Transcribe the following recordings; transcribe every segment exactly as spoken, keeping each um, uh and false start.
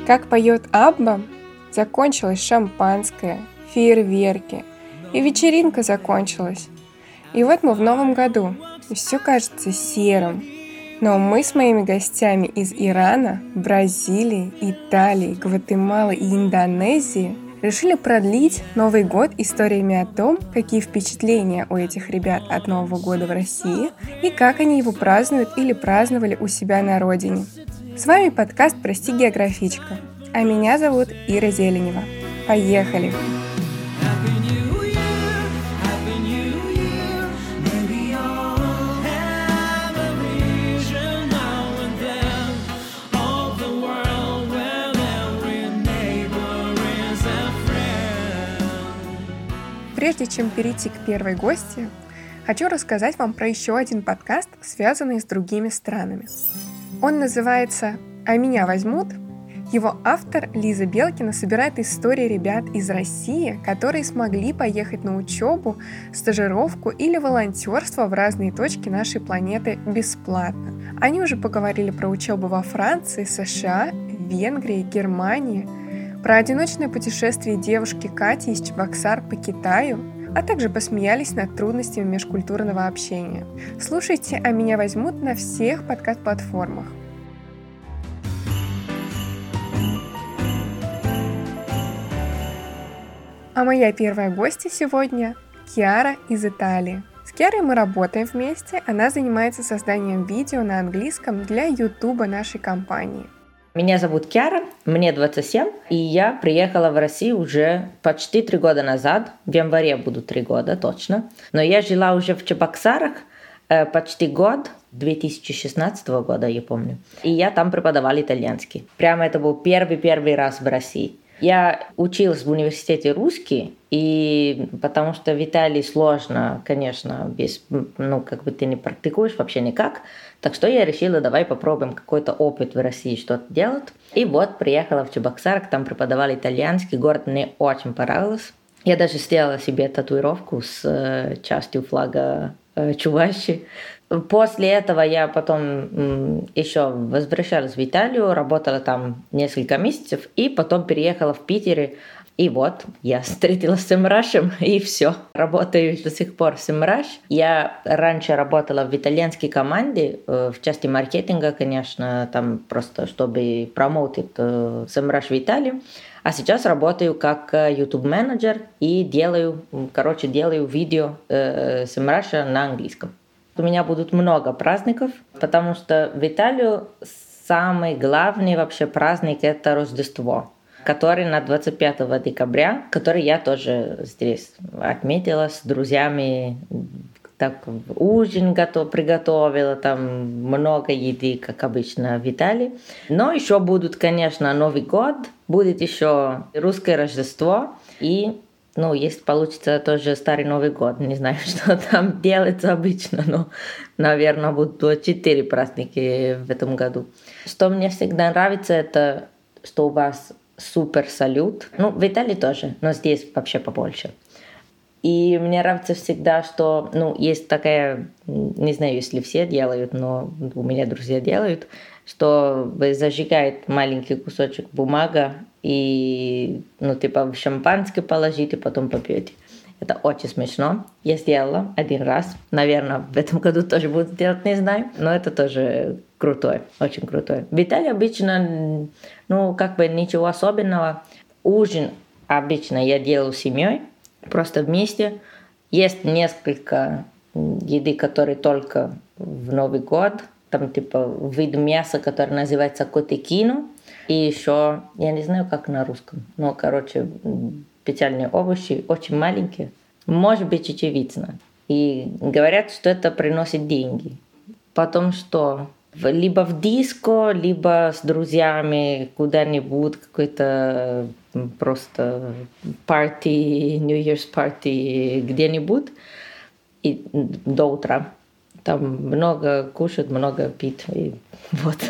Как поет Абба, закончилось шампанское, фейерверки, и вечеринка закончилась. И вот мы в новом году, и все кажется серым. Но мы с моими гостями из Ирана, Бразилии, Италии, Гватемалы и Индонезии решили продлить Новый год историями о том, какие впечатления у этих ребят от Нового года в России и как они его празднуют или праздновали у себя на родине. С вами подкаст «Прости, географичка», а меня зовут Ира Зеленева. Поехали! Прежде чем перейти к первой гости, хочу рассказать вам про еще один подкаст, связанный с другими странами. Он называется «А меня возьмут?». Его автор Лиза Белкина собирает истории ребят из России, которые смогли поехать на учебу, стажировку или волонтерство в разные точки нашей планеты бесплатно. Они уже поговорили про учебу во Франции, США, Венгрии, Германии, про одиночное путешествие девушки Кати из Чебоксар по Китаю, а также посмеялись над трудностями межкультурного общения. Слушайте «А меня возьмут» на всех подкаст-платформах. А моя первая гостья сегодня – Киара из Италии. С Киарой мы работаем вместе, она занимается созданием видео на английском для Ютуба нашей компании. Меня зовут Киара, мне двадцать семь, и я приехала в Россию уже почти три года назад. В январе будут три года, точно. Но я жила уже в Чебоксарах э, почти год, две тысячи шестнадцатого года, я помню. И я там преподавала итальянский. Прямо это был первый-первый раз в России. Я училась в университете русский, и потому что в Италии сложно, конечно, без, ну, как бы ты не практикуешь вообще никак. Так что я решила, давай попробуем какой-то опыт в России что-то делать. И вот приехала в Чебоксарах, там преподавала итальянский, город мне очень понравился. Я даже сделала себе татуировку с э, частью флага э, Чувашии. После этого я потом м, еще возвращалась в Италию, работала там несколько месяцев, и потом переехала в Питере. И вот, я встретилась с Semrush, и все. Работаю до сих пор с Semrush. Я раньше работала в итальянской команде, в части маркетинга, конечно, там просто, чтобы промоутить Semrush в Италии. А сейчас работаю как YouTube-менеджер и делаю, короче, делаю видео Semrush на английском. У меня будут много праздников, потому что в Италию самый главный вообще праздник – это Рождество, который на двадцать пятого декабря, который я тоже здесь отметила с друзьями, так ужин готов, приготовила, там много еды, как обычно в Италии. Но еще будут, конечно, Новый год, будет еще русское Рождество и, ну, если получится, тоже Старый Новый год. Не знаю, что там делается обычно, но, наверное, будут четыре праздники в этом году. Что мне всегда нравится, это что у вас супер салют. Ну, в Италии тоже, но здесь вообще побольше. И мне нравится всегда, что, ну, есть такая, не знаю, если все делают, но у меня друзья делают, что вы зажигаете маленький кусочек бумага и, ну, типа в шампанское положите, потом попьете. Это очень смешно. Я сделала один раз. Наверное, в этом году тоже буду делать, не знаю. Но это тоже крутое, очень крутое. В Италии обычно, ну, как бы ничего особенного. Ужин обычно я делаю с семьей, просто вместе. Есть несколько еды, которые только в Новый год. Там типа вид мяса, который называется котекино. И еще, я не знаю, как на русском, но, короче, специальные овощи, очень маленькие. Может быть, чечевица. И говорят, что это приносит деньги. Потом что? Либо в диско, либо с друзьями куда-нибудь, какой-то просто парти, New Year's party где-нибудь. И до утра. Там много кушать, много пить. И вот.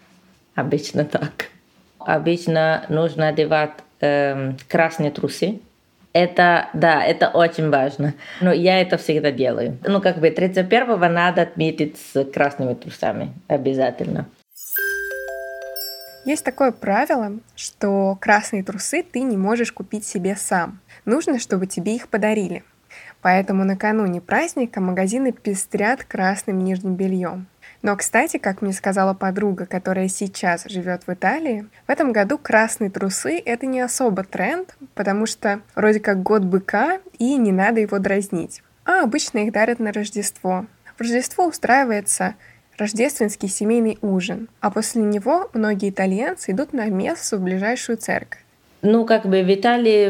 Обычно так. Обычно нужно одевать э, красные трусы. Это, да, это очень важно. Но я это всегда делаю. Ну, как бы тридцать первого надо отметить с красными трусами. Обязательно. Есть такое правило, что красные трусы ты не можешь купить себе сам. Нужно, чтобы тебе их подарили. Поэтому накануне праздника магазины пестрят красным нижним бельем. Но, кстати, как мне сказала подруга, которая сейчас живет в Италии, в этом году красные трусы — это не особо тренд, потому что вроде как год быка, и не надо его дразнить. А обычно их дарят на Рождество. В Рождество устраивается рождественский семейный ужин, а после него многие итальянцы идут на мессу в ближайшую церковь. Ну, как бы в Италии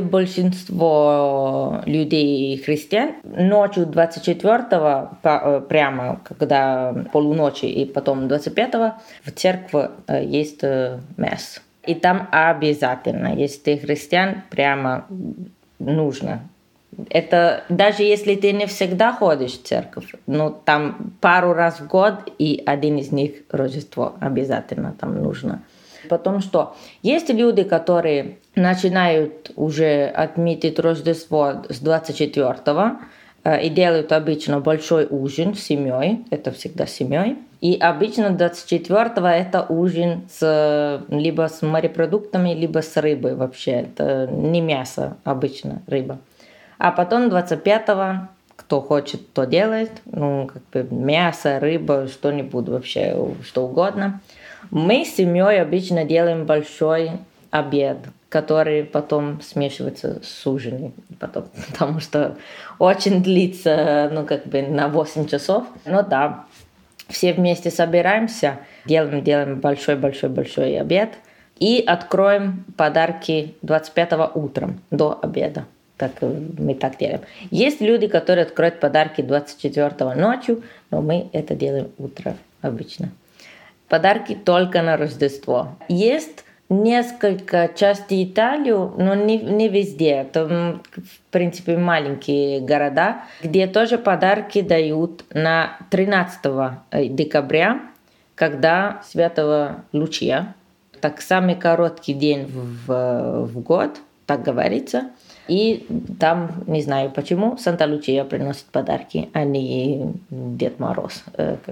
большинство людей христиан ночью двадцать четвёртого, прямо когда полуночи и потом двадцать пятого, в церкви есть месса. И там обязательно, если ты христиан, прямо нужно. Это даже если ты не всегда ходишь в церковь, но там пару раз в год, и один из них Рождество обязательно там нужно. Потом что? Есть люди, которые начинают уже отметить Рождество с двадцать четвёртого э, и делают обычно большой ужин с семьей. Это всегда с семьей. И обычно двадцать четвёртого это ужин с, либо с морепродуктами, либо с рыбой вообще. Это не мясо, обычно рыба. А потом двадцать пятого, кто хочет, то делает. Ну, как бы мясо, рыба, что-нибудь вообще, что угодно. Мы с семьей обычно делаем большой обед, который потом смешивается с ужином, потом, потому что очень длится, ну, как бы на восемь часов. Ну да, все вместе собираемся, делаем, делаем большой-большой-большой обед и откроем подарки двадцать пятого утром до обеда. Так мы так делаем. Есть люди, которые откроют подарки двадцать четвёртого ночью, но мы это делаем утром обычно. Подарки только на Рождество. Есть несколько частей Италии, но не, не везде. Это, в принципе, маленькие города, где тоже подарки дают на тринадцатого декабря, когда Святого Лучия. Так, самый короткий день в, в год, так говорится. И там, не знаю почему, Санта-Лучия приносит подарки, а не Дед Мороз.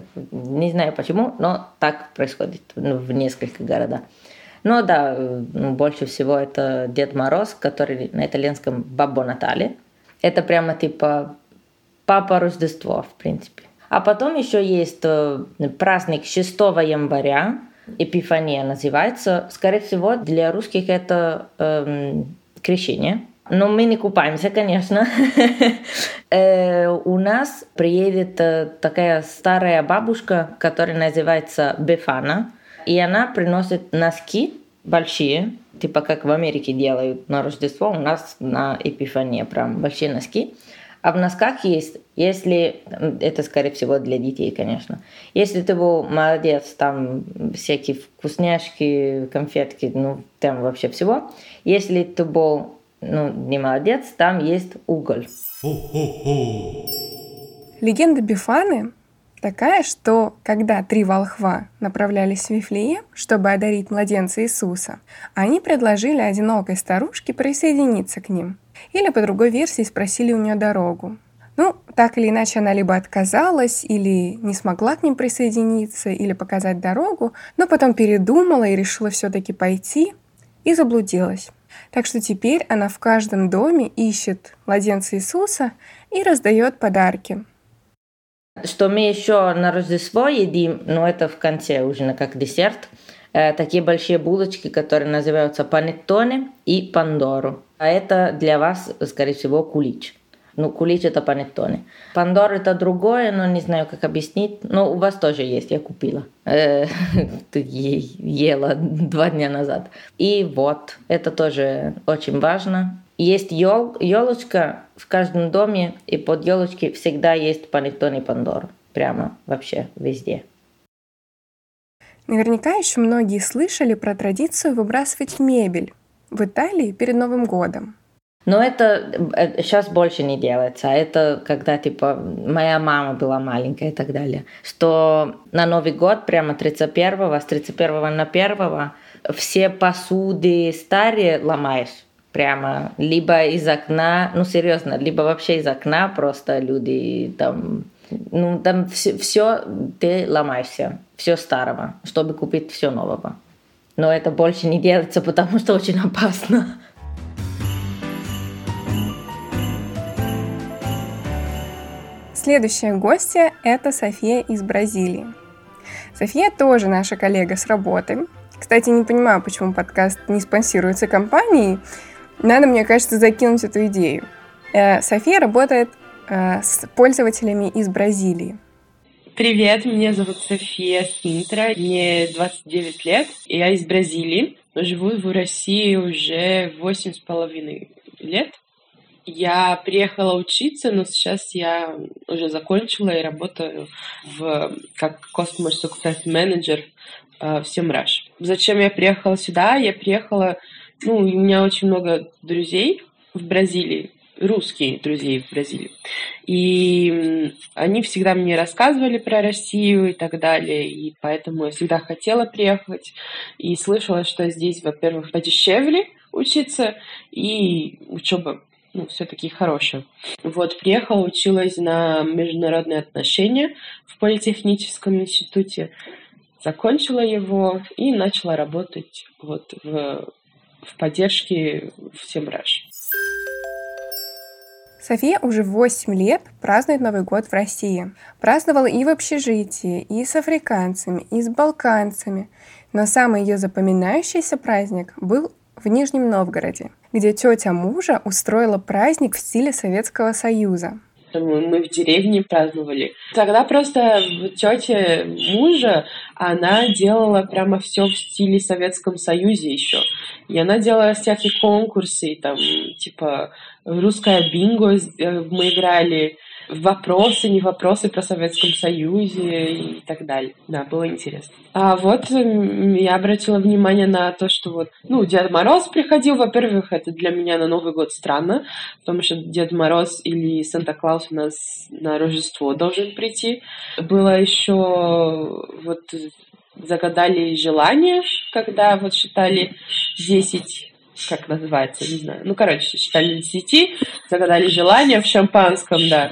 Не знаю почему, но так происходит в нескольких городах. Но да, больше всего это Дед Мороз, который на итальянском Баббо Натале. Это прямо типа Папа Рождество, в принципе. А потом еще есть праздник шестого января, Эпифания называется. Скорее всего, для русских это эм, крещение. Но мы не купаемся, конечно. У нас приедет такая старая бабушка, которая называется Бефана. И она приносит носки большие, типа как в Америке делают на Рождество, у нас на Эпифании прям большие носки. А в носках есть, если, это скорее всего для детей, конечно, если ты был молодец, там всякие вкусняшки, конфетки, ну там вообще всего. Если ты был ну, не молодец, там есть уголь. Легенда Бефаны такая, что когда три волхва направлялись в Вифлеем, чтобы одарить младенца Иисуса, они предложили одинокой старушке присоединиться к ним. Или, по другой версии, спросили у нее дорогу. Ну, так или иначе, она либо отказалась, или не смогла к ним присоединиться, или показать дорогу, но потом передумала и решила все-таки пойти, и заблудилась. Так что теперь она в каждом доме ищет младенца Иисуса и раздает подарки. Что мы еще на Рождество едим, ну это в конце ужина как десерт, э, такие большие булочки, которые называются панеттоне и пандоро. А это для вас, скорее всего, кулич. Ну, кулич это панеттоне. Пандоро это другое, но не знаю, как объяснить. Но у вас тоже есть, я купила. Ела два дня назад. И вот, это тоже очень важно. Есть ел, елочка в каждом доме, и под елочкой всегда есть панеттоне и пандоро. Прямо вообще везде. Наверняка еще многие слышали про традицию выбрасывать мебель в Италии перед Новым годом. Но это сейчас больше не делается. Это когда, типа, моя мама была маленькая и так далее. Что на Новый год, прямо тридцать первого, с тридцать первого на первого, все посуды старые ломаешь. Прямо либо из окна, ну серьезно, либо вообще из окна просто люди там... Ну, там все, все ты ломаешься, все старого, чтобы купить все нового. но это больше не делается, потому что очень опасно. Следующая гостья – это София из Бразилии. София тоже наша коллега с работы. Кстати, не понимаю, почему подкаст не спонсируется компанией. Надо, мне кажется, закинуть эту идею. София работает с пользователями из Бразилии. Привет, меня зовут София Синтра, мне двадцать девять лет, я из Бразилии, но живу в России уже восемь с половиной лет. Я приехала учиться, но сейчас я уже закончила и работаю в, как Customer Success Manager в Semrush. Зачем я приехала сюда? Я приехала, ну, у меня очень много друзей в Бразилии, русские друзей в Бразилии. И они всегда мне рассказывали про Россию и так далее, и поэтому я всегда хотела приехать. И слышала, что здесь, во-первых, подешевле учиться, и учеба, ну, все-таки хорошая. Вот, приехала, училась на международные отношения в Политехническом институте, закончила его и начала работать вот в, в поддержке в Semrush. София уже восемь лет празднует Новый год в России. Праздновала и в общежитии, и с африканцами, и с балканцами. Но самый ее запоминающийся праздник был в Нижнем Новгороде, где тетя мужа устроила праздник в стиле Советского Союза. Мы в деревне праздновали. Тогда просто тетя мужа, она делала прямо все в стиле Советском Союзе еще. И она делала всякие конкурсы, там, типа, русское бинго мы играли, вопросы, не вопросы про Советском Союзе и так далее. Да, было интересно. А вот я обратила внимание на то, что вот, ну, Дед Мороз приходил. Во-первых, это для меня на Новый год странно, потому что Дед Мороз или Санта-Клаус у нас на Рождество должен прийти. Было еще вот загадали желание, когда вот считали десять, как называется, не знаю. Ну, короче, считали до десяти, загадали желание в шампанском, да.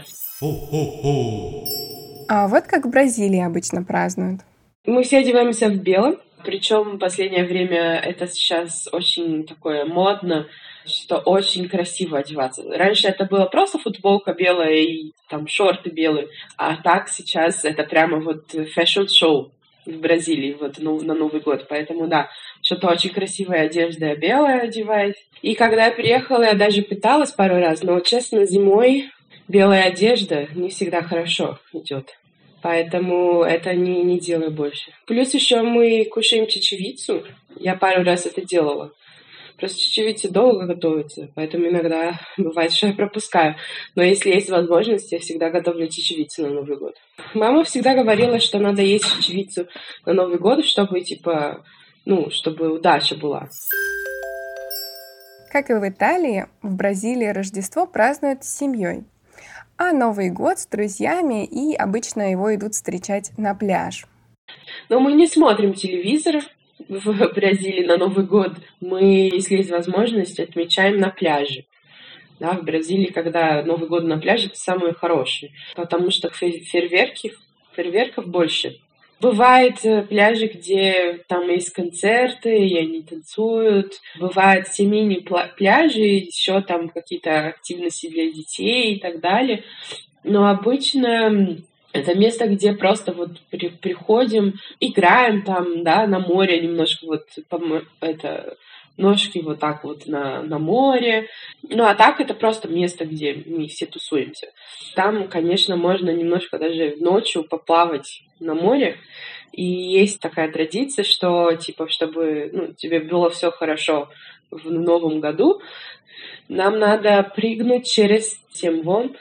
А вот как в Бразилии обычно празднуют. Мы все одеваемся в белом, причем в последнее время это сейчас очень такое модно, что очень красиво одеваться. Раньше это было просто футболка белая и там шорты белые, а так сейчас это прямо вот фэшн-шоу в Бразилии вот ну, на Новый год. Поэтому да, что-то очень красивая одежда белая одевает. И когда я приехала, я даже пыталась пару раз, но, честно, зимой белая одежда не всегда хорошо идет. Поэтому это не, не делаю больше. Плюс еще мы кушаем чечевицу. Я пару раз это делала. Просто чечевица долго готовится, поэтому иногда бывает, что я пропускаю. Но если есть возможность, я всегда готовлю чечевицу на Новый год. Мама всегда говорила, что надо есть чечевицу на Новый год, чтобы, типа, ну, чтобы удача была. Как и в Италии, в Бразилии Рождество празднуют с семьей, а Новый год с друзьями, и обычно его идут встречать на пляж. Но мы не смотрим телевизор в Бразилии на Новый год. Мы, если есть возможность, отмечаем на пляже. Да, в Бразилии, когда Новый год на пляже, это самый хороший, потому что фейерверки, фейерверков больше. Бывают пляжи, где там есть концерты, и они танцуют. Бывают семейные пляжи, еще там какие-то активности для детей и так далее. Но обычно это место, где просто вот при, приходим, играем там, да, на море немножко вот это ножки вот так вот на, на море. Ну, а так это просто место, где мы все тусуемся. Там, конечно, можно немножко даже ночью поплавать на море. И есть такая традиция, что, типа, чтобы ну, тебе было все хорошо в новом году, нам надо прыгнуть через семь волн.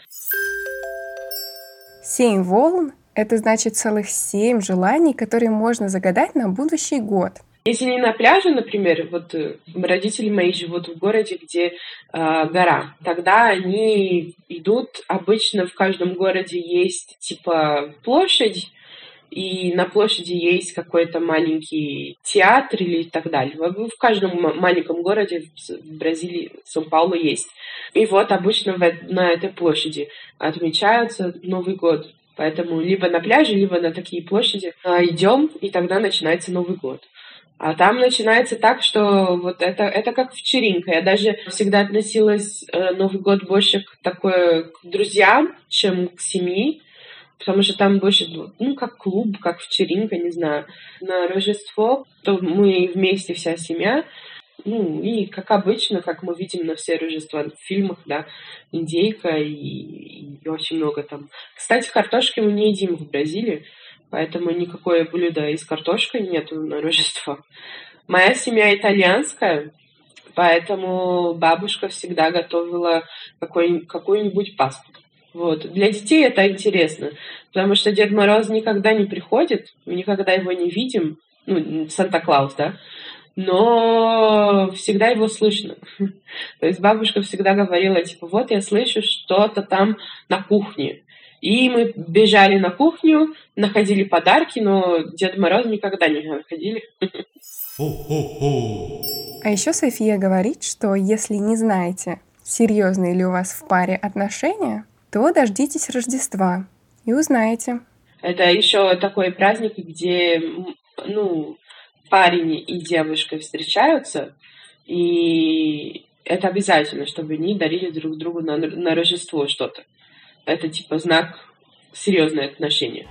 Семь волн – это значит целых семь желаний, которые можно загадать на будущий год. Если не на пляже, например, вот родители мои живут в городе, где э, гора, тогда они идут, обычно в каждом городе есть типа площадь, и на площади есть какой-то маленький театр или так далее. В каждом маленьком городе в Бразилии, Сан-Паулу есть. И вот обычно на этой площади отмечается Новый год. Поэтому либо на пляже, либо на такие площади идем, и тогда начинается Новый год. А там начинается так, что вот это, это как вечеринка. Я даже всегда относилась э, Новый год больше к такой к друзьям, чем к семье, потому что там больше, ну, как клуб, как вечеринка, не знаю. На Рождество то мы вместе, вся семья. Ну, и как обычно, как мы видим на все Рождества в фильмах, да, индейка и, и очень много там. Кстати, картошки мы не едим в Бразилии, поэтому никакое блюдо из картошки нету на Рождество. Моя семья итальянская, поэтому бабушка всегда готовила какой, какую-нибудь пасту. Вот. Для детей это интересно, потому что Дед Мороз никогда не приходит, мы никогда его не видим, ну, Санта-Клаус, да, но всегда его слышно. То есть бабушка всегда говорила, типа, вот я слышу что-то там на кухне. И мы бежали на кухню, находили подарки, но Дед Мороз никогда не находили. А еще София говорит, что если не знаете, серьезные ли у вас в паре отношения, то дождитесь Рождества и узнаете. Это еще такой праздник, где, ну, парень и девушка встречаются, и это обязательно, чтобы они дарили друг другу на, на Рождество что-то. Это типа знак серьезные отношения.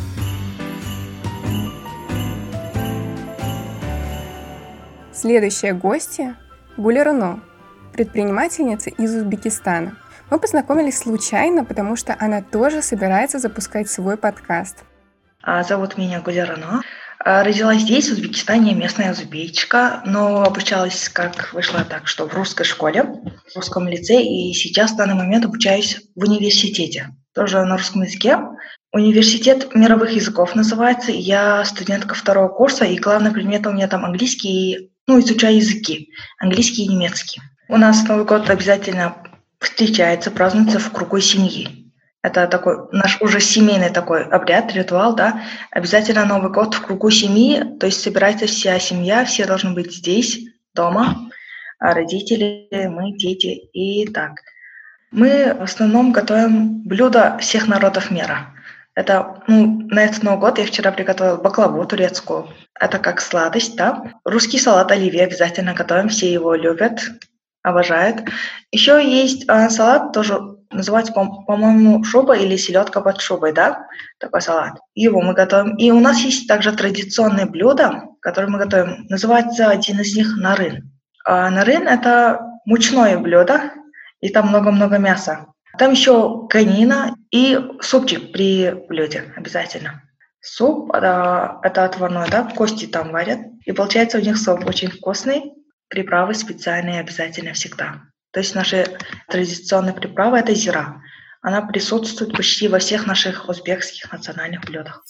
Следующая гостья – Гуля Руно, предпринимательница из Узбекистана. Мы познакомились случайно, потому что она тоже собирается запускать свой подкаст. Зовут меня Гуля Руно. Родилась здесь, в Узбекистане, местная узбечка, но обучалась, как вышло так, что в русской школе, в русском лицее, и сейчас в данный момент обучаюсь в университете, тоже на русском языке. Университет мировых языков называется, я студентка второго курса, и главный предмет у меня там английский, ну, изучаю языки, английский и немецкий. У нас Новый год обязательно встречается, празднуется в кругу семьи. Это такой наш уже семейный такой обряд, ритуал, да. Обязательно Новый год в кругу семьи, то есть собирается вся семья, все должны быть здесь, дома, родители, мы, дети и так. Мы в основном готовим блюда всех народов мира. Это, ну, на этот Новый год я вчера приготовила баклаву турецкую. Это как сладость, да. Русский салат оливье обязательно готовим, все его любят, обожают. Еще есть э, салат тоже. Называется, по-моему, шуба или селедка под шубой, да, такой салат. Его мы готовим. И у нас есть также традиционные блюда, которые мы готовим. Называется один из них нарын. А нарын – это мучное блюдо, и там много-много мяса. Там еще конина и супчик при блюде обязательно. Суп это, – это отварной, да, кости там варят. И получается у них суп очень вкусный, приправы специальные обязательно всегда. То есть наши традиционные приправы – это зира. Она присутствует почти во всех наших узбекских национальных блюдах.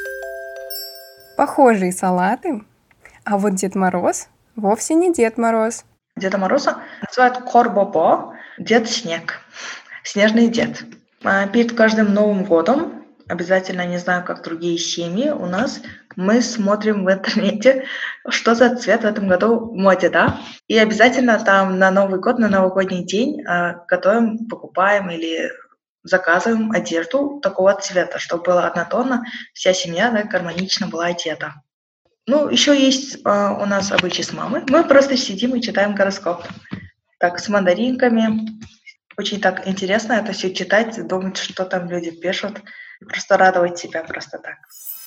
Похожие салаты. А вот Дед Мороз вовсе не Дед Мороз. Деда Мороза называют Корбобо – Дед Снег, снежный дед. Перед каждым Новым годом, обязательно, не знаю, как другие семьи, у нас мы смотрим в интернете, что за цвет в этом году в моде, да? И обязательно там на Новый год, на новогодний день э, готовим, покупаем или заказываем одежду такого цвета, чтобы было однотонно, вся семья, да, гармонично была одета. Ну, еще есть э, у нас обычай с мамой. Мы просто сидим и читаем гороскоп. Так, с мандаринками. Очень так интересно это все читать, думать, что там люди пишут. Просто радовать себя просто так.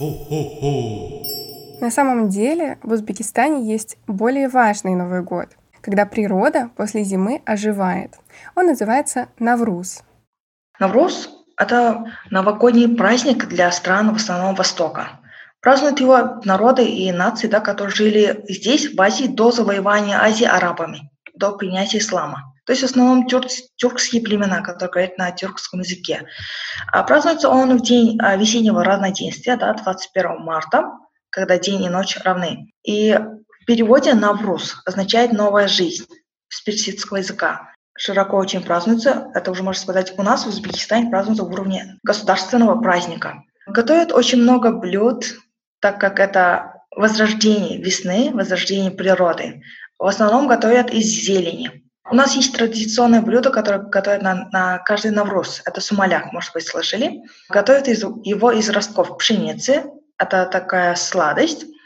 На самом деле в Узбекистане есть более важный Новый год, когда природа после зимы оживает. Он называется Навруз. Навруз – это новогодний праздник для стран в основном Востока. Празднуют его народы и нации, да, которые жили здесь, в Азии, до завоевания Азии арабами, до принятия ислама. То есть в основном тюрк, тюркские племена, которые говорят на тюркском языке. А празднуется он в день а, весеннего равноденствия, да, двадцать первого марта, когда день и ночь равны. И в переводе «Навруз» означает «новая жизнь» с персидского языка. Широко очень празднуется, это уже можно сказать, у нас в Узбекистане празднуется в уровне государственного праздника. Готовят очень много блюд, так как это возрождение весны, возрождение природы. В основном готовят из зелени. У нас есть традиционное блюдо, которое готовят на, на каждый Навруз. Это сумаляк, может быть, слышали. Готовят из, его из ростков пшеницы. Это такая сладость.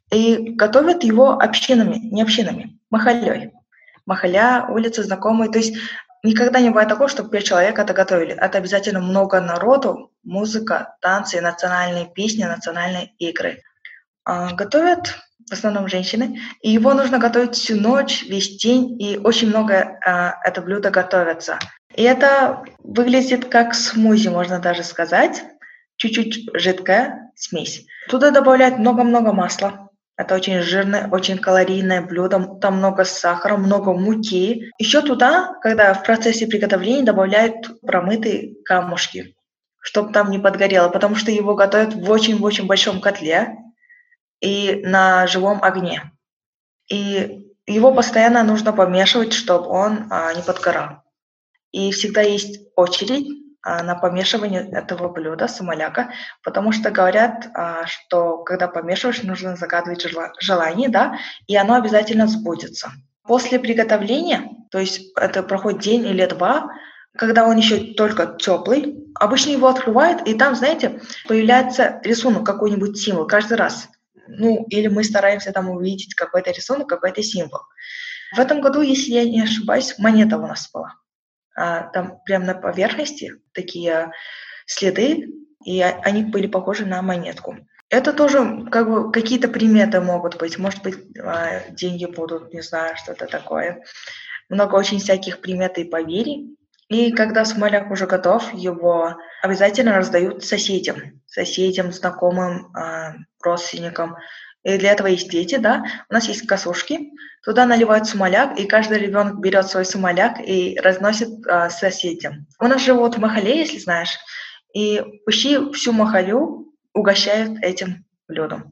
И готовят его общинами, не общинами, махалей. Махаля, улицы знакомые. То есть никогда не бывает такого, чтобы пять человек это готовили. Это обязательно много народу, музыка, танцы, национальные песни, национальные игры. А, готовят в основном женщины. И его нужно готовить всю ночь, весь день. И очень много а, это блюдо готовится. И это выглядит как смузи, можно даже сказать. Чуть-чуть жидкая смесь. Туда добавляют много-много масла. Это очень жирное, очень калорийное блюдо. Там много сахара, много муки. Еще туда, когда в процессе приготовления, добавляют промытые камушки, чтобы там не подгорело, потому что его готовят в очень-очень большом котле и на живом огне. И его постоянно нужно помешивать, чтобы он а, не подгорал. И всегда есть очередь а, на помешивание этого блюда, сумаляка, потому что говорят, а, что когда помешиваешь, нужно загадывать жела- желание, да, и оно обязательно сбудется. После приготовления, то есть это проходит день или два, когда он еще только теплый, обычно его открывают, и там, знаете, появляется рисунок, какой-нибудь символ каждый раз. Ну, или мы стараемся там увидеть какой-то рисунок, какой-то символ. В этом году, если я не ошибаюсь, монета у нас была. А, там прямо на поверхности такие следы, и они были похожи на монетку. Это тоже как бы какие-то приметы могут быть. Может быть, деньги будут, не знаю, что-то такое. Много очень всяких примет и поверий. И когда сумаляк уже готов, его обязательно раздают соседям, соседям, знакомым, родственникам. И для этого есть дети, да. У нас есть косушки. Туда наливают сумаляк, и каждый ребенок берет свой сумаляк и разносит а, соседям. У нас живут в махале, если знаешь, и почти всю махалю угощают этим блюдом.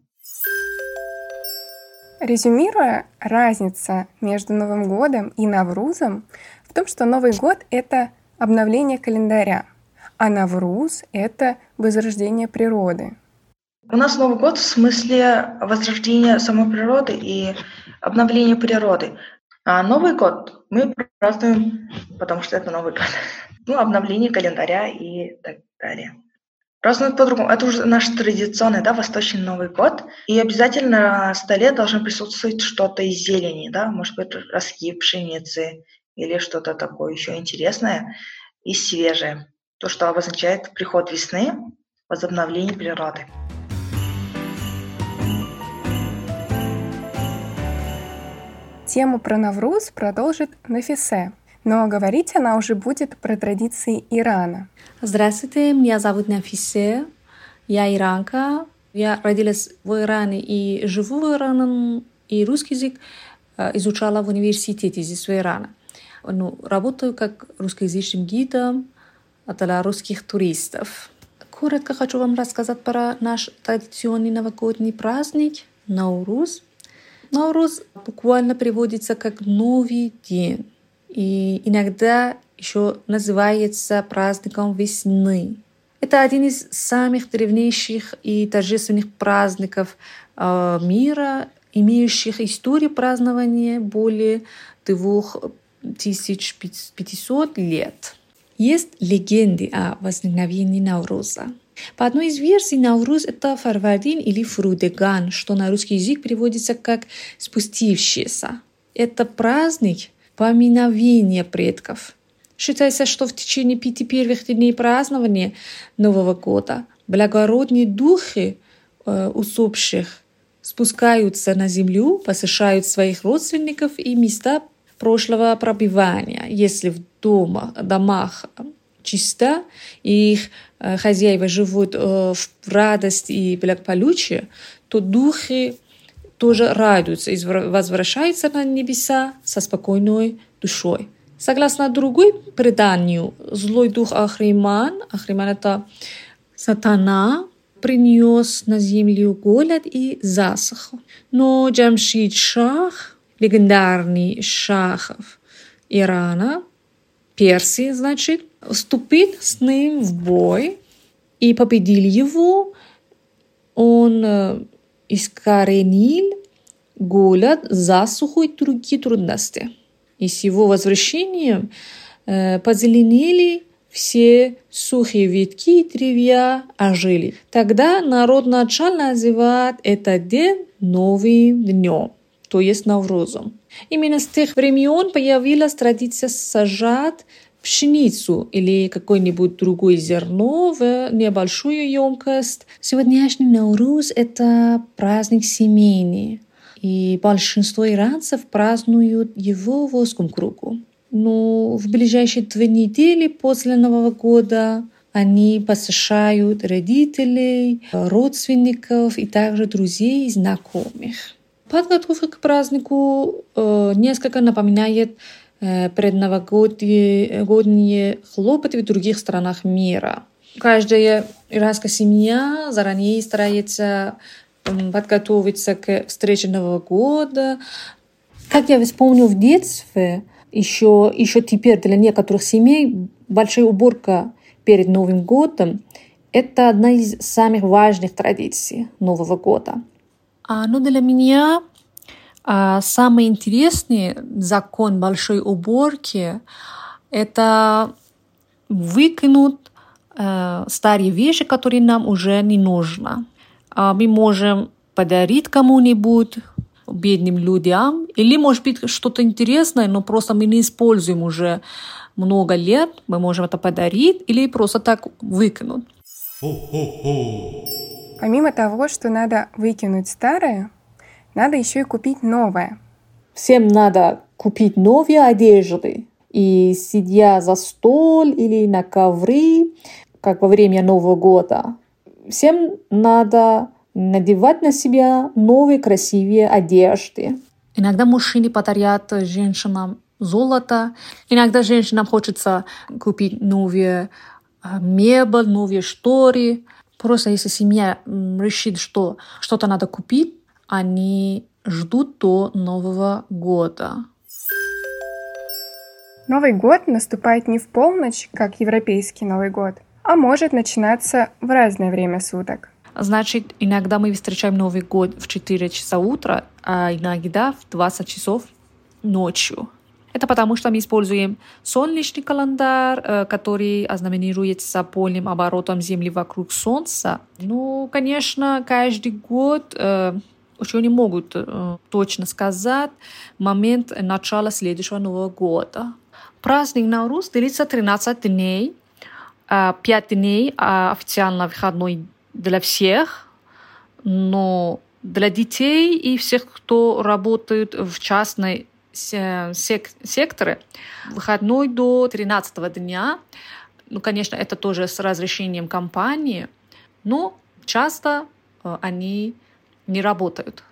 Резюмируя, разница между Новым годом и Наврузом в том, что Новый год — это обновление календаря, а Навруз — это возрождение природы. У нас Новый год в смысле возрождения самой природы и обновления природы. А Новый год мы празднуем, потому что это Новый год. Ну, обновление календаря и так далее. Празднуют по-другому. Это уже наш традиционный, да, восточный Новый год. И обязательно на столе должно присутствовать что-то из зелени, да, может быть, ростки пшеницы или что-то такое еще интересное и свежее. То, что обозначает приход весны, возобновление природы. Тему про Навруз продолжит Нафисе, но говорить она уже будет про традиции Ирана. Здравствуйте, меня зовут Нафисе, я иранка. Я родилась в Иране и живу в Иране, и русский язык изучала в университете здесь в Иране. Ну, работаю как русскоязычным гидом для русских туристов. Коротко хочу вам рассказать про наш традиционный новогодний праздник Навруз. Навруз буквально переводится как «новый день» и иногда еще называется праздником весны. Это один из самых древнейших и торжественных праздников э, мира, имеющих историю празднования более двух тысяч пятисот лет. Есть легенды о возникновении Навруза. По одной из версий, Навруз — это Фарвардин или Фрудеган, что на русский язык переводится как «спустившийся». Это праздник поминовения предков. Считается, что в течение пяти первых дней празднования Нового года благородные духи э, усопших спускаются на землю, посещают своих родственников и места прошлого пробывания. Если в дома, домах чисто, и их э, хозяева живут э, в радости и благополучии, то духи тоже радуются и возвращаются на небеса со спокойной душой. Согласно другой преданию, злой дух Ахриман, Ахриман — это сатана, принес на землю голод и засуху. Но Джамшид Шах, легендарный шахов Ирана, Персии, значит, вступил с ним в бой и победил его. Он искоренил голод, засуху и другие трудности. И с его возвращением э, позеленели все сухие ветки и деревья ожили. Тогда народ начал называть этот день новым днем, то есть Наврузом. Именно с тех времен появилась традиция сажать пшеницу или какое-нибудь другое зерно в небольшую емкость. Сегодняшний Навруз – это праздник семейный, и большинство иранцев празднуют его в узком кругу. Но в ближайшие две недели после Нового года они посещают родителей, родственников и также друзей и знакомых. Подготовка к празднику э, несколько напоминает э, предновогодние хлопоты в других странах мира. Каждая иранская семья заранее старается э, подготовиться к встрече Нового года. Как я вспомню в детстве, еще, еще теперь для некоторых семей большая уборка перед Новым годом – это одна из самых важных традиций Нового года. А, ну, для меня а, самый интересный закон большой уборки – это выкинуть а, старые вещи, которые нам уже не нужны. А, мы можем подарить кому-нибудь, бедным людям, или, может быть, что-то интересное, но просто мы не используем уже много лет, мы можем это подарить или просто так выкинуть. Помимо того, что надо выкинуть старое, надо еще и купить новое. Всем надо купить новые одежды. И сидя за стол или на ковре, как во время Нового года, всем надо надевать на себя новые красивые одежды. Иногда мужчины подарят женщинам золото. Иногда женщинам хочется купить новые мебель, новые шторы. Просто если семья решит, что что-то надо купить, они ждут до Нового года. Новый год наступает не в полночь, как европейский Новый год, а может начинаться в разное время суток. Значит, иногда мы встречаем Новый год в четыре часа утра, а иногда в двадцать часов ночью. Это потому, что мы используем солнечный календарь, который ознаменуется полным оборотом Земли вокруг Солнца. Ну, конечно, каждый год э, ученые могут э, точно сказать момент начала следующего Нового года. Праздник Навруз длится тринадцать дней, э, пять дней э, официально выходной для всех, но для детей и всех, кто работает в частной сек- секторе, выходной до тринадцатого дня. Ну, конечно, это тоже с разрешением компании, но часто э, они не работают.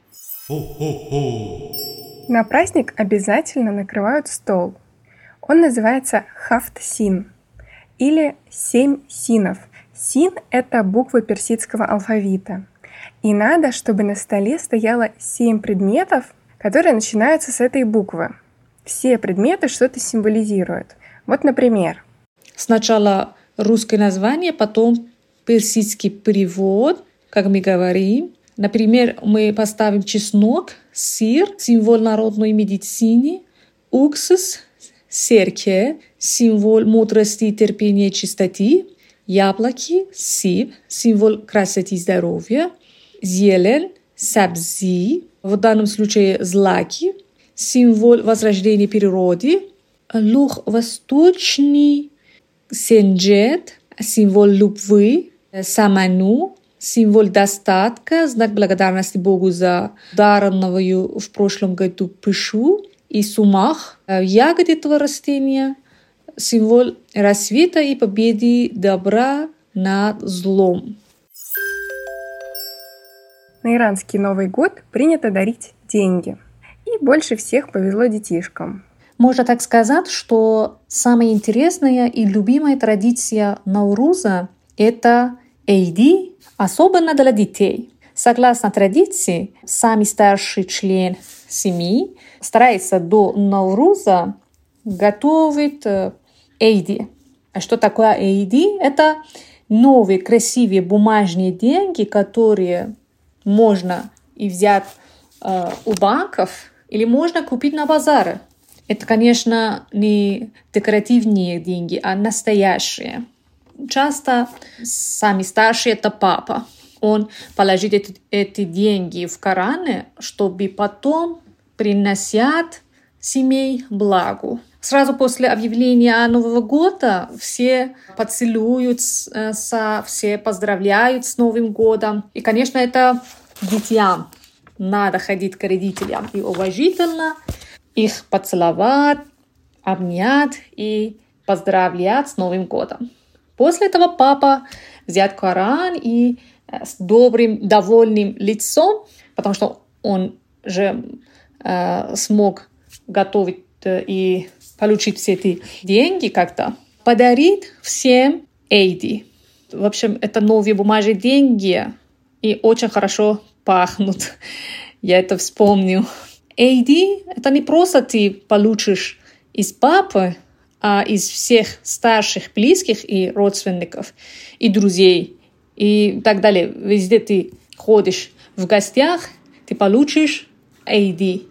На праздник обязательно накрывают стол. Он называется хафт-син или семь синов. Син – это буквы персидского алфавита. И надо, чтобы на столе стояло семь предметов, которые начинаются с этой буквы. Все предметы что-то символизируют. Вот, например. Сначала русское название, потом персидский перевод, как мы говорим. Например, мы поставим чеснок, сыр, символ народной медицины, уксус, серке, символ мудрости, терпения, чистоты, яблоки, сиб, символ красоты и здоровья, зелень, сабзи, в данном случае злаки, символ возрождения природы, лук восточный, сенджет, символ любви, саману, символ достатка, знак благодарности Богу за дарованную в прошлом году пышу, и сумах, ягоды этого растения, символ рассвета и победы добра над злом. На иранский Новый год принято дарить деньги. И больше всех повезло детишкам. Можно так сказать, что самая интересная и любимая традиция Навруза – это эйди, особенно для детей. Согласно традиции, самый старший член семьи старается до Навруза готовить эйди. А что такое эйди? Это новые красивые бумажные деньги, которые можно и взять э, у банков или можно купить на базаре. Это, конечно, не декоративные деньги, а настоящие. Часто самый старший — это папа. Он положит эти, эти деньги в карманы, чтобы потом приносят семей благу. Сразу после объявления Нового года все поцелуются, все поздравляют с Новым годом. И, конечно, это детям надо ходить к родителям и уважительно их поцеловать, обнять и поздравлять с Новым годом. После этого папа взять Коран и с добрым, довольным лицом, потому что он же э, смог готовить э, и получить все эти деньги как-то, подарит всем эйди. В общем, это новые бумажные деньги и очень хорошо пахнут. Я это вспомню. эйди — это не просто ты получишь из папы, а из всех старших, близких и родственников, и друзей, и так далее. Везде ты ходишь в гостях, ты получишь эйди.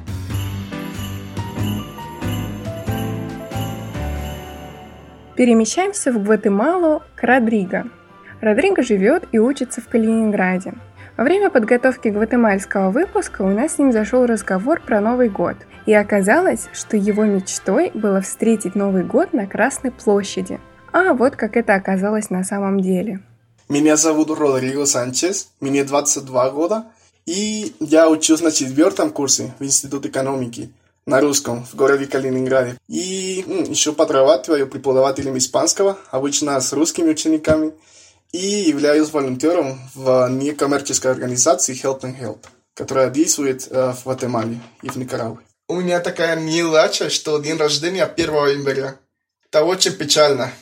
Перемещаемся в Гватемалу к Родриго. Родриго живет и учится в Калининграде. Во время подготовки гватемальского выпуска у нас с ним зашел разговор про Новый год. И оказалось, что его мечтой было встретить Новый год на Красной площади. А вот как это оказалось на самом деле. Меня зовут Родриго Санчес, мне двадцать два года, и я учусь на четвертом курсе в Институте экономики на русском в городе Калининграде. И м, еще подрабатываю преподавателем испанского, обычно с русскими учениками, и являюсь волонтером в некоммерческой организации Help and Help, которая действует э, в Гватемале и в Никарагуе. У меня такая неудача, что день рождения первого января. Это очень печально.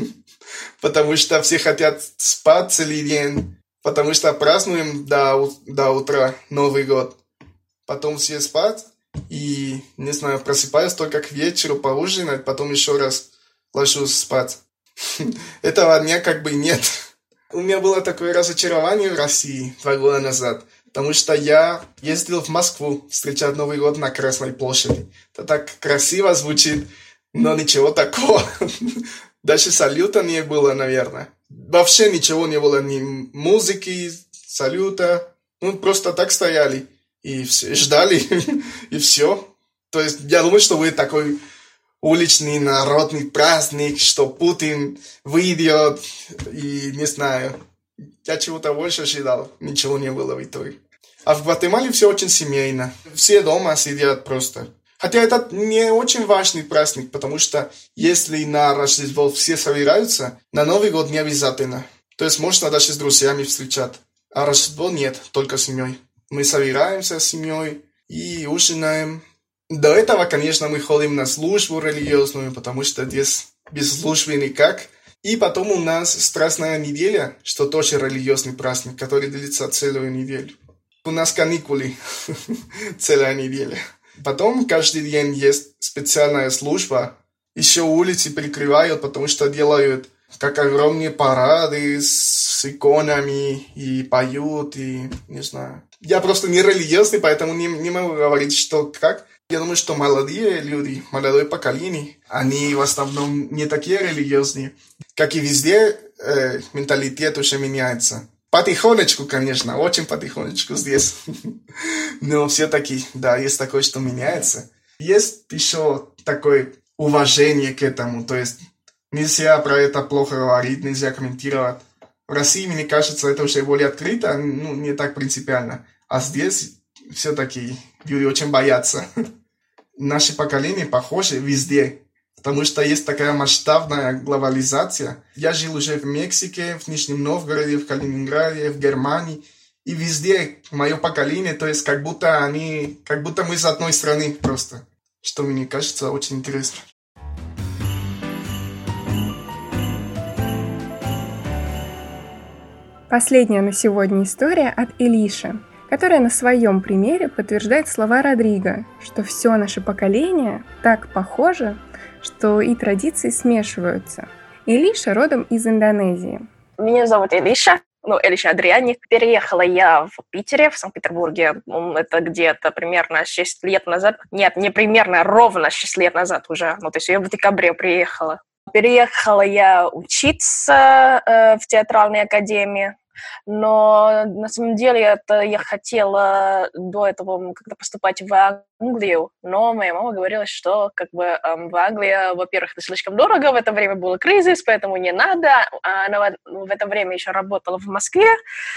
Потому что все хотят спать целый день. Потому что празднуем до, до утра Новый год. Потом все спать. И, не знаю, просыпаюсь только к вечеру поужинать. Потом еще раз ложусь спать. Этого дня как бы нет. У меня было такое разочарование в России два года назад. Потому что я ездил в Москву встречать Новый год на Красной площади. Это так красиво звучит, но ничего такого. Даже салюта не было, наверное. Вообще ничего не было, ни музыки, салюта. Ну, просто так стояли и все, ждали, и все. То есть я думаю, что будет такой уличный народный праздник, что Путин выйдет, и не знаю. Я чего-то больше ожидал, ничего не было в итоге. А в Гватемале все очень семейно. Все дома сидят просто. Хотя это не очень важный праздник, потому что если на Рождество все собираются, на Новый год не обязательно. То есть можно даже с друзьями встречать. А Рождество нет, только с семьей. Мы собираемся с семьей и ужинаем. До этого, конечно, мы ходим на службу религиозную, потому что здесь без службы никак. И потом у нас Страстная неделя, что тоже религиозный праздник, который длится целую неделю. У нас каникулы целая неделя. Потом каждый день есть специальная служба. Еще улицы перекрывают, потому что делают как огромные парады с иконами и поют, и не знаю. Я просто не религиозный, поэтому не, не могу говорить, что как. Я думаю, что молодые люди, молодое поколение, они в основном не такие религиозные. Как и везде, э, менталитет уже меняется. Потихонечку, конечно, очень потихонечку здесь. Но все-таки, да, есть такое, что меняется. Есть еще такое уважение к этому. То есть нельзя про это плохо говорить, нельзя комментировать. В России, мне кажется, это уже более открыто, ну, не так принципиально. А здесь все-таки люди очень боятся. Наше поколение похоже везде. Потому что есть такая масштабная глобализация. Я жил уже в Мексике, в Нижнем Новгороде, в Калининграде, в Германии. И везде мое поколение, то есть как будто они, как будто мы из одной страны просто. Что мне кажется очень интересно. Последняя на сегодня история от Элиши, которая на своем примере подтверждает слова Родриго, что все наше поколение так похоже, что и традиции смешиваются. Элиша родом из Индонезии. Меня зовут Элиша. ну, Элиша Адриани. Переехала я в Питере, в Санкт-Петербурге. Это где-то примерно шесть лет назад. Нет, не примерно, ровно шесть лет назад уже. Ну, то есть я в декабре приехала. Переехала я учиться э, в театральной академии. Но на самом деле это я хотела до этого как-то поступать в Англию, но моя мама говорила, что как бы в Англии, во-первых, это слишком дорого, в это время был кризис, поэтому не надо. Она в это время еще работала в Москве,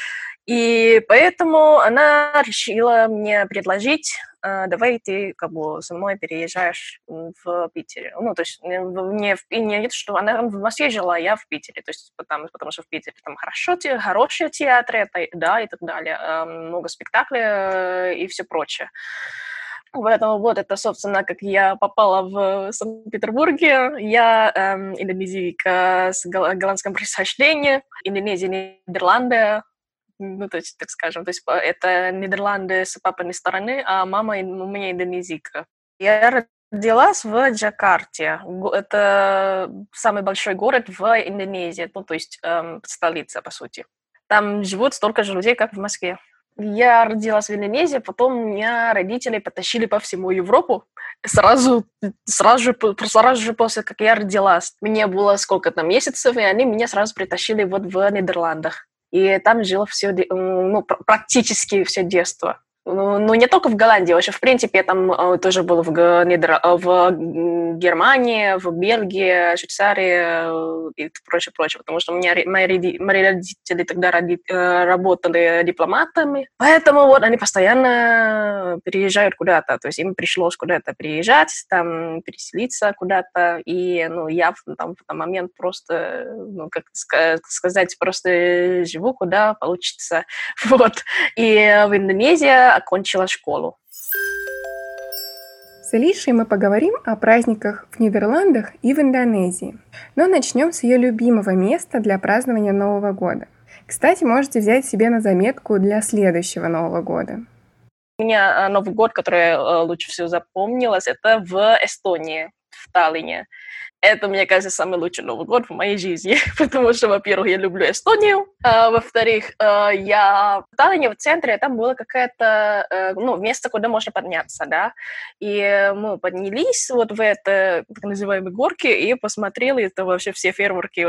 и поэтому она решила мне предложить: давай ты как бы со мной переезжаешь в Питере. Ну, то есть не, не что она в Москве жила, я в Питере. То есть потому, потому что в Питере там хорошо, хорошие театры, это, да, и так далее. Много спектаклей и все прочее. Поэтому вот это, собственно, как я попала в Санкт-Петербурге. Я эм, индонезийка с голландским происхождением. Индонезия, Нидерланды. Ну, то есть, так скажем, то есть это Нидерланды с папиной стороны, а мама у меня индонезийка. Я родилась в Джакарте. Это самый большой город в Индонезии, ну, то есть эм, столица, по сути. Там живут столько же людей, как в Москве. Я родилась в Индонезии, потом меня родители потащили по всему Европу. Сразу, сразу, же, сразу же после, как я родилась. Мне было сколько-то месяцев, и они меня сразу притащили вот в Нидерландах. И там жило все, ну, практически все детство. Ну, ну, не только в Голландии, вообще, в принципе, я там э, тоже был в, Нидер... в Германии, в Бельгии, Швейцарии э, и прочее, прочее, потому что у меня мои, мои родители тогда роди... э, работали дипломатами, поэтому вот они постоянно переезжают куда-то, то есть им пришлось куда-то переезжать, там, переселиться куда-то, и, ну, я там, в тот момент просто, ну, как сказать, просто живу, куда получится, вот, и в Индонезии окончила школу. С Элишей мы поговорим о праздниках в Нидерландах и в Индонезии. Но начнем с ее любимого места для празднования Нового года. Кстати, можете взять себе на заметку для следующего Нового года. У меня Новый год, который лучше всего запомнилось, это в Эстонии, в Таллине. Это, мне кажется, самый лучший Новый год в моей жизни, потому что, во-первых, я люблю Эстонию, а, во-вторых, а, я в Таллине, в центре, там было какое-то, а, ну, место, куда можно подняться, да, и мы поднялись вот в это, так называемые горки, и посмотрели, это вообще все фейерверки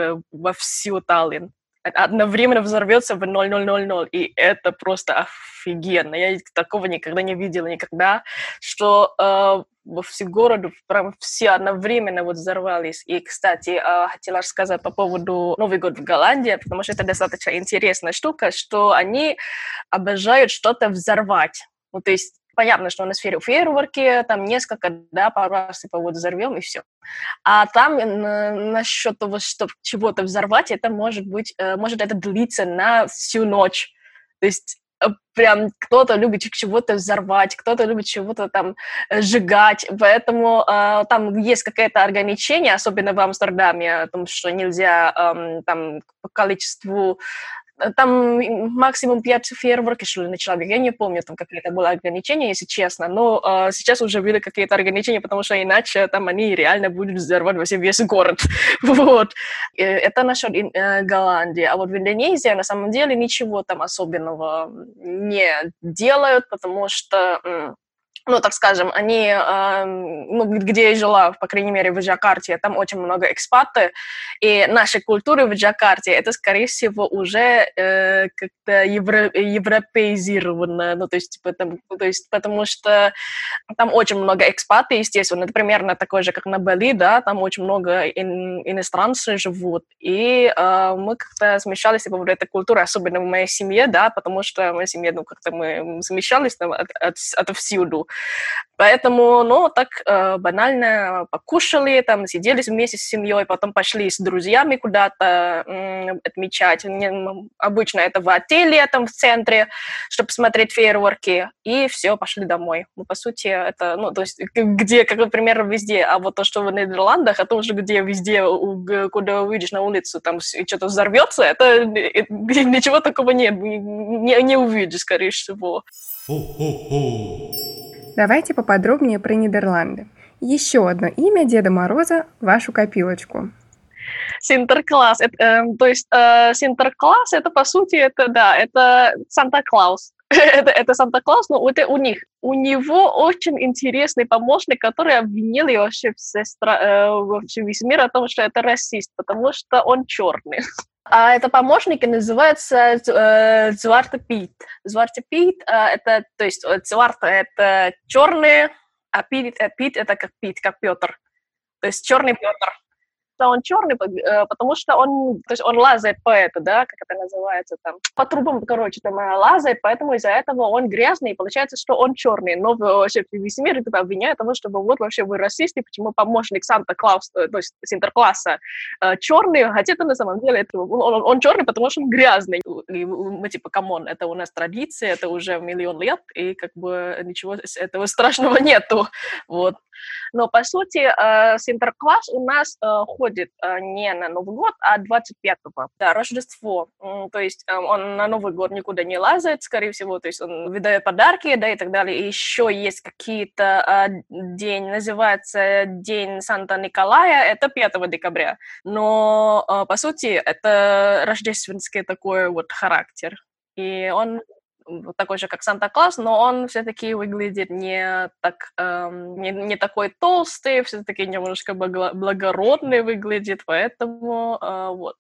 во всю Таллин. Одновременно взорвется в ноль ноль ноль ноль, и это просто офигенно. Я такого никогда не видела, никогда, что э, во всем городе прям все одновременно вот взорвались. И, кстати, э, хотела рассказать по поводу Новый год в Голландии, потому что это достаточно интересная штука, что они обожают что-то взорвать. Ну, то есть понятно, что на сфере фейерверки, там несколько, да, пару раз типа вот взорвем и все. А там насчет того, чтобы чего-то взорвать, это может быть, может это длиться на всю ночь. То есть прям кто-то любит чего-то взорвать, кто-то любит чего-то там сжигать, поэтому э, там есть какое-то ограничение, особенно в Амстердаме, о том, что нельзя э, там по количеству. Там максимум пять фейерверков, что ли, на человека. Я не помню, там какие-то было ограничения, если честно, но э, сейчас уже были какие-то ограничения, потому что иначе там они реально будут взорвать вообще весь город. Вот. И это насчет э, Голландии. А вот в Индонезии на самом деле ничего там особенного не делают, потому что... М- Ну, так скажем, они, э, ну, где я жила, по крайней мере, в Джакарте, там очень много экспаты, и наши культуры в Джакарте, это, скорее всего, уже э, как-то евро, европеизировано, ну, то есть, потому, то есть, потому что там очень много экспаты, естественно, это примерно такое же, как на Бали, да, там очень много ин, иностранцев живут, и э, мы как-то смешались по поводу этой культуры, особенно в моей семье, да, потому что в моей семье, ну, как-то мы смешались там от, от, отовсюду. Поэтому, ну, так э, банально покушали, там, сидели вместе с семьей, потом пошли с друзьями куда-то м, отмечать. Обычно это в отеле, там, в центре, чтобы смотреть фейерверки, и все, пошли домой. Ну, по сути, это, ну, то есть, где, как, например, везде, а вот то, что в Нидерландах, это уже где везде, куда выйдешь на улицу, там, что-то взорвется, это ничего такого не, не, не увидишь, скорее всего. Давайте поподробнее про Нидерланды. Еще одно имя Деда Мороза в вашу копилочку. Синтеркласс. Это, э, то есть э, Синтеркласс, это по сути, это, да, это Санта-Клаус. это, это Санта-Клаус, но это у них. У него очень интересный помощник, который обвинил вообще, все стра- э, вообще весь мир о том, что это расист, потому что он черный. А это помощник называется э, Зварте Пит. Зварте Пит, э, это, то есть Зварте это черный, а Пит, э, Пит это как Пит, как Петр. То есть черный Петр. Он черный, потому что он, то есть он лазает по это, да, как это называется там, по трубам, короче, там лазает, поэтому из-за этого он грязный, и получается, что он черный. Но вообще весь мир это обвиняет того, что вот вообще вы расисты, почему помощник Санта-Клаус, то есть Синтеркласса черный, хотя это на самом деле это, он, он черный, потому что он грязный. И мы типа, камон, это у нас традиция, это уже миллион лет, и как бы ничего этого страшного нету, вот. Но, по сути, э, Синтеркласс у нас э, ходит э, не на Новый год, а двадцать пятого. Да, Рождество. Mm, то есть э, он на Новый год никуда не лазает, скорее всего, то есть он выдает подарки, да, и так далее. И еще есть какие-то э, день, называется День Санта-Николая, это пятого декабря. Но, э, по сути, это рождественский такой вот характер. И он такой же, как Санта-Клаус, но он все-таки выглядит не, так, эм, не, не такой толстый, все-таки немножко благородный выглядит, поэтому э, вот.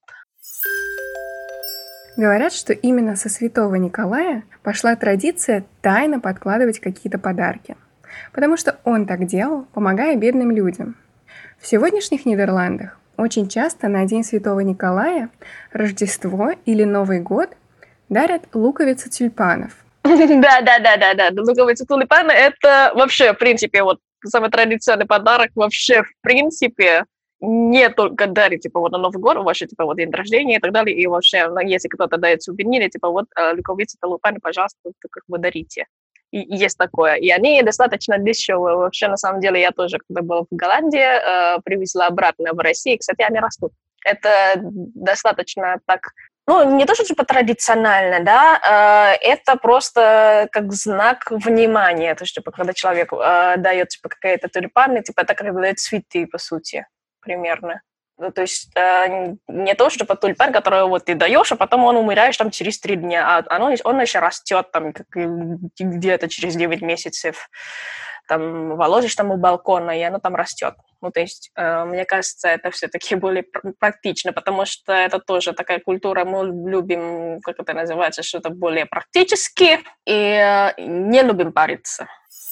Говорят, что именно со Святого Николая пошла традиция тайно подкладывать какие-то подарки, потому что он так делал, помогая бедным людям. В сегодняшних Нидерландах очень часто на День Святого Николая, Рождество или Новый год дарят луковицы тюльпанов. Да-да-да-да-да. Луковицы тюльпаны — это вообще, в принципе, вот самый традиционный подарок вообще, в принципе, не только дарить, типа, вот на Новый год, вообще, типа, вот день рождения и так далее, и вообще, если кто-то дает сувениры, типа, вот луковицы тюльпаны, пожалуйста, как бы дарите. И, и есть такое. И они достаточно дешевые. Вообще, на самом деле, я тоже, когда была в Голландии, э, привезла обратно в Россию. Кстати, они растут. Это достаточно так... Ну, не то, что типа традиционально, да, э, это просто как знак внимания, то есть, типа, когда человек э, дает, типа, какие-то тюльпаны, типа, это как дает цветы, по сути, примерно. Ну, то есть э, не то, что типа, тюльпан, который вот ты даешь, а потом он умираешь там через три дня, а оно, он еще растет там как, где-то через девять месяцев. Там положишь там у балкона, и оно там растет. Ну, то есть, э, мне кажется, это все-таки более практично, потому что это тоже такая культура, мы любим, как это называется, что-то более практически, и э, не любим париться.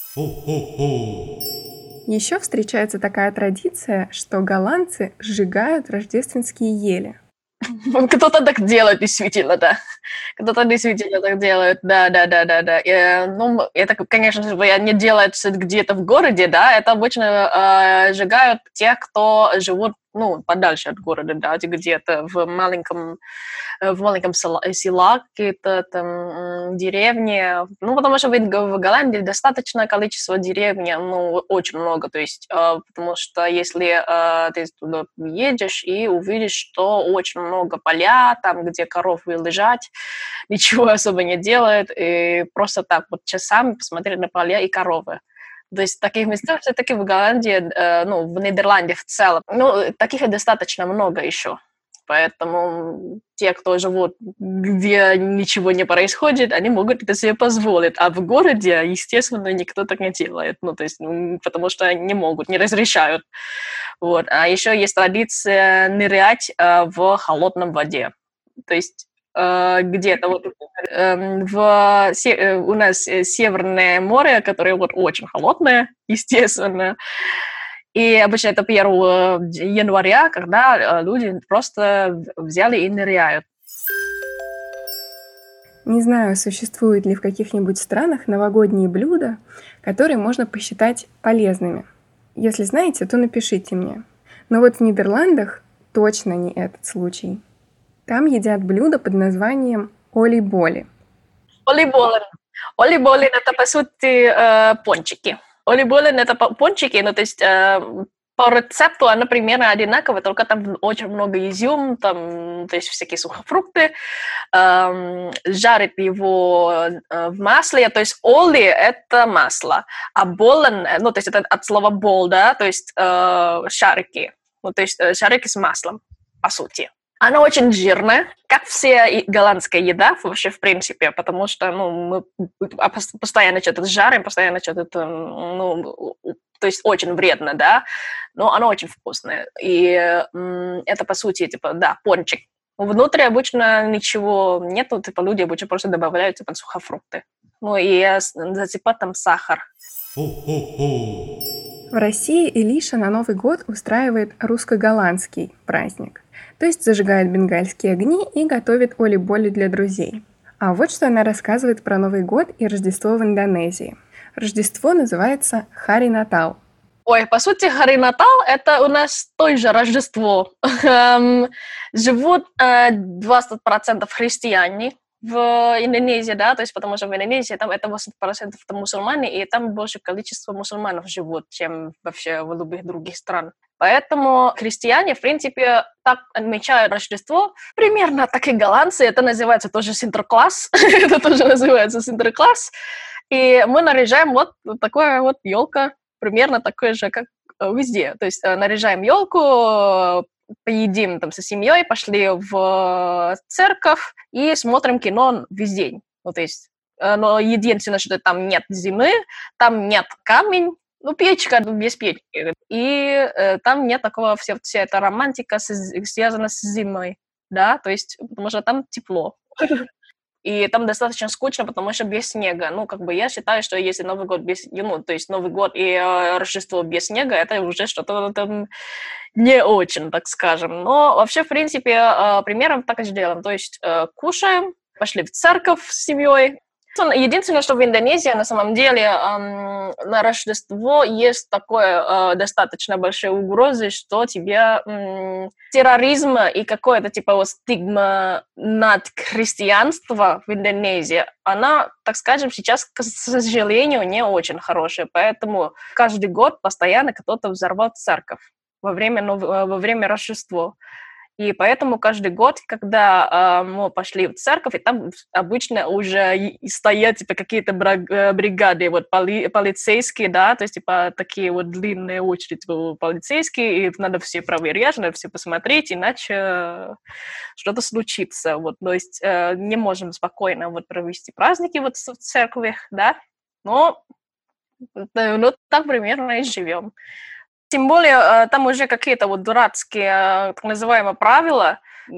Еще встречается такая традиция, что голландцы сжигают рождественские ели. Кто-то так делает, действительно, да. Кто-то действительно так делает, да, да, да, да, да. И, ну, это, конечно же, не делается где-то в городе, да, это обычно э, сжигают тех, кто живут, ну, подальше от города, да, где-то в маленьком, в маленьком села, села какие-то там деревни, ну, потому что в Голландии достаточное количество деревень, ну, очень много, то есть, э, потому что если э, ты туда едешь и увидишь, что очень много поля, там, где коровы лежат, ничего особо не делают, и просто так вот часами посмотреть на поля и коровы. То есть таких местах все-таки в Голландии, э, ну, в Нидерланде в целом, ну, таких и достаточно много еще. Поэтому те, кто живут, где ничего не происходит, они могут это себе позволить. А в городе, естественно, никто так не делает. Ну, то есть, ну, потому что не могут, не разрешают. Вот. А еще есть традиция нырять э, в холодном воде. То есть э, где-то вот э, в, се, у нас Северное море, которое вот очень холодное, естественно. И обычно это первого января, когда люди просто взяли и ныряют. Не знаю, существуют ли в каких-нибудь странах новогодние блюда, которые можно посчитать полезными. Если знаете, то напишите мне. Но вот в Нидерландах точно не этот случай. Там едят блюдо под названием оли-боли. Оли-болен. Оли-болен – это, по сути, пончики. Оли-болен – это пончики, ну, то есть э, по рецепту она примерно одинаковая, только там очень много изюм, там, то есть всякие сухофрукты, э, жарит его э, в масле, то есть оли – это масло, а болен, ну, то есть это от слова бол, да, то есть э, шарики, ну, то есть э, шарики с маслом. по сути. Она очень жирная, как вся и голландская еда вообще в принципе, потому что ну, мы постоянно что-то жарим, постоянно что-то, ну, то есть очень вредно, да, но оно очень вкусное. И м, это, по сути, типа, да, пончик. Внутри обычно ничего нету, типа, люди обычно просто добавляют, типа, сухофрукты. Ну, и засыпать там сахар. В России Илиша на Новый год устраивает русско-голландский праздник, то есть зажигает бенгальские огни и готовит оли-боли для друзей. А вот что она рассказывает про Новый год и Рождество в Индонезии. Рождество называется Хари Натал. Ой, по сути, Хари Натал — это у нас то же Рождество. Живут двадцать процентов христиане в Индонезии, да, то есть потому что в Индонезии там это восемьдесят процентов это мусульмане, и там больше количество мусульманов живут, чем вообще в любых других странах. Поэтому христиане, в принципе, так отмечают Рождество. Примерно так и голландцы. Это называется тоже Синтеркласс. Это тоже называется Синтеркласс. И мы наряжаем вот такое вот елка, примерно такое же, как везде. То есть наряжаем елку, поедим там со семьей, пошли в церковь и смотрим кино весь день. Ну, то есть, но единственное, что там нет зимы, там нет камень, ну, печка без печки. И э, там нет такого, вся, вся эта романтика связана с зимой, да, то есть, потому что там тепло. И там достаточно скучно, потому что без снега. Ну, как бы я считаю, что если Новый год без, ну, то есть Новый год и э, Рождество без снега, это уже что-то там не очень, так скажем. Но вообще, в принципе, э, примерно так и делаем. То есть э, кушаем, пошли в церковь с семьей. Единственное, что в Индонезии на самом деле эм, на Рождество есть такое э, достаточно большие угрозы, что тебе эм, терроризм и какое-то типа вот стигма над христианством в Индонезии, она, так скажем, сейчас, к сожалению, не очень хорошая. Поэтому каждый год постоянно кто-то взорвал церковь во время, во время Рождества. И поэтому каждый год, когда э, мы пошли в церковь, и там обычно уже стоят типа какие-то бригады, вот поли, полицейские, да, то есть типа такие вот длинные очереди полицейские, и надо все проверять, надо все посмотреть, иначе что-то случится. Вот, то есть э, не можем спокойно вот провести праздники вот в церкви, да, но ну, так примерно и живем. Тем более, там уже какие-то вот дурацкие, так называемые, правила.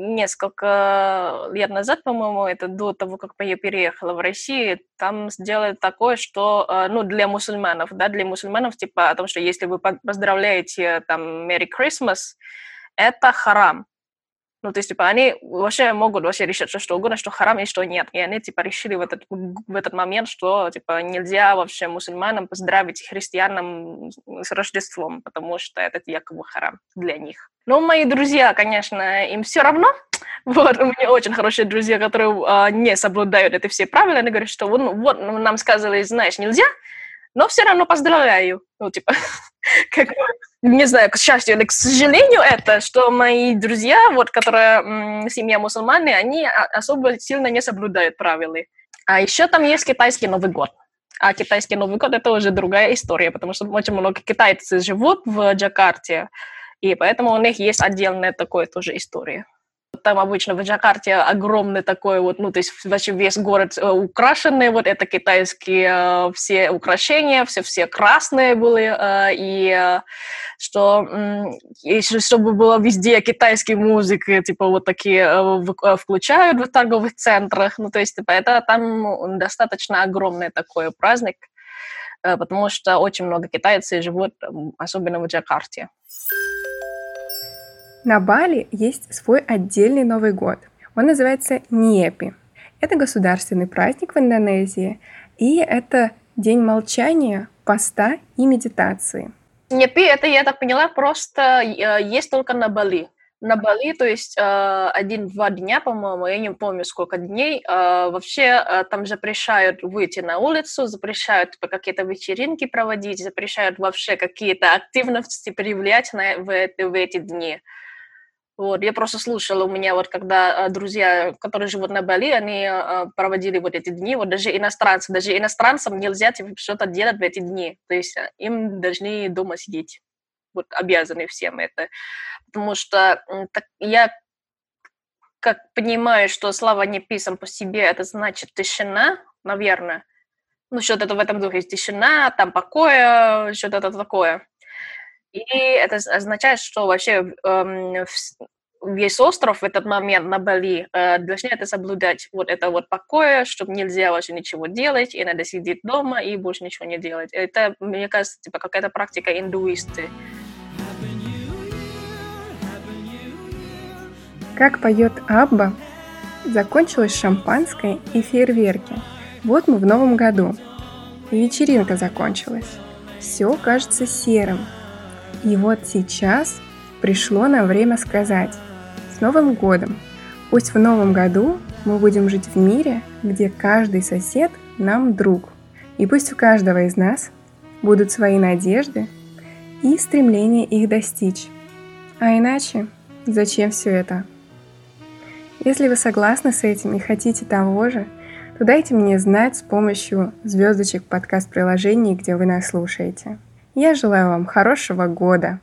Несколько лет назад, по-моему, это до того, как я переехала в Россию, там сделали такое, что, ну, для мусульманов, да, для мусульманов, типа, о том, что если вы поздравляете, там, Merry Christmas, это харам. Ну, то есть, типа, они вообще могут вообще решить, что, что угодно, что харам и что нет. И они, типа, решили в этот, в этот момент, что, типа, нельзя вообще мусульманам поздравить христианам с Рождеством, потому что это якобы харам для них. Но мои друзья, конечно, им все равно. Вот, у меня очень хорошие друзья, которые а, не соблюдают эти все правила. Они говорят, что ну, вот, нам сказали, знаешь, нельзя, но все равно поздравляю. Ну, типа, как... Не знаю, к счастью или к сожалению, это, что мои друзья, вот, которые м, семья мусульмане, они особо сильно не соблюдают правила. А еще там есть китайский Новый год. А китайский Новый год – это уже другая история, потому что очень много китайцев живут в Джакарте, и поэтому у них есть отдельная такая тоже история. Там обычно в Джакарте огромный такой вот, ну, то есть вообще весь город э, украшенный, вот это китайские э, все украшения, все-все красные были, э, и э, что, э, и чтобы было везде китайские музыки, типа вот такие э, в, включают в торговых центрах, ну, то есть типа, это там достаточно огромный такой праздник, э, потому что очень много китайцев живут, особенно в Джакарте. На Бали есть свой отдельный Новый год. Он называется Ньепи. Это государственный праздник в Индонезии, и это день молчания, поста и медитации. Ньепи, это, я так поняла, просто э, есть только на Бали. На Бали, то есть э, один-два дня, по-моему, я не помню, сколько дней, э, вообще э, там запрещают выйти на улицу, запрещают типа, какие-то вечеринки проводить, запрещают вообще какие-то активности проявлять на, в, в эти дни. Вот, я просто слушала, у меня вот когда друзья, которые живут на Бали, они э, проводили вот эти дни, вот даже иностранцы, даже иностранцам нельзя типа, что-то делать в эти дни, то есть им должны дома сидеть. вот обязаны всем это. Потому что так, я как понимаю, что слова не писан по себе, это значит тишина, наверное. Ну, что-то в этом духе, тишина, там покоя, что-то такое. И это означает, что вообще эм, весь остров в этот момент на Бали э, должны это соблюдать. Вот это вот покоя, чтобы нельзя вообще ничего делать, и надо сидеть дома и больше ничего не делать. Это, мне кажется, типа какая-то практика индуисты. Как поет Абба, закончилось шампанское и фейерверки. Вот мы в новом году. И вечеринка закончилась. Все кажется серым. И вот сейчас пришло нам время сказать: с Новым годом! Пусть в новом году мы будем жить в мире, где каждый сосед нам друг. И пусть у каждого из нас будут свои надежды и стремление их достичь. А иначе зачем все это? Если вы согласны с этим и хотите того же, то дайте мне знать с помощью звездочек подкаст-приложений, где вы нас слушаете. Я желаю вам хорошего года.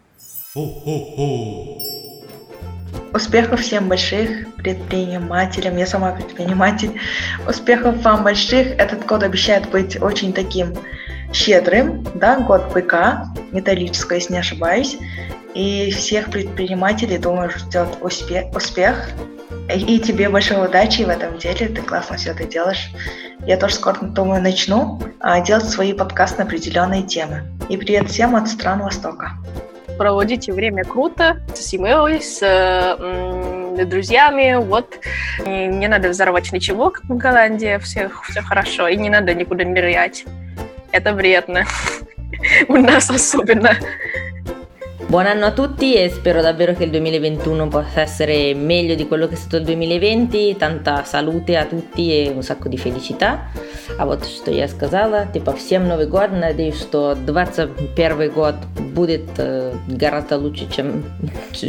Успехов всем больших предпринимателям. Я сама предприниматель. Успехов вам больших. Этот год обещает быть очень таким щедрым. Да, год быка, металлического, если не ошибаюсь. И всех предпринимателей, думаю, ждет успех. успех. И тебе большой удачи в этом деле. Ты классно все это делаешь. Я тоже скоро, думаю, начну делать свои подкасты на определенные темы. И привет всем от стран Востока. Проводите время круто, с семьей, с э, друзьями, вот. И не надо взорвать ничего, как в Голландии, все, все хорошо, и не надо никуда нырять. Это вредно. У нас особенно. Buon anno a tutti e spero davvero che il duemilaventuno possa essere meglio di quello che è stato il duemilaventi. Tanta salute a tutti и un саку di felicità. А вот что я сказала, типа всем Новый год, надеюсь, что двадцать первый год будет э, гораздо лучше, чем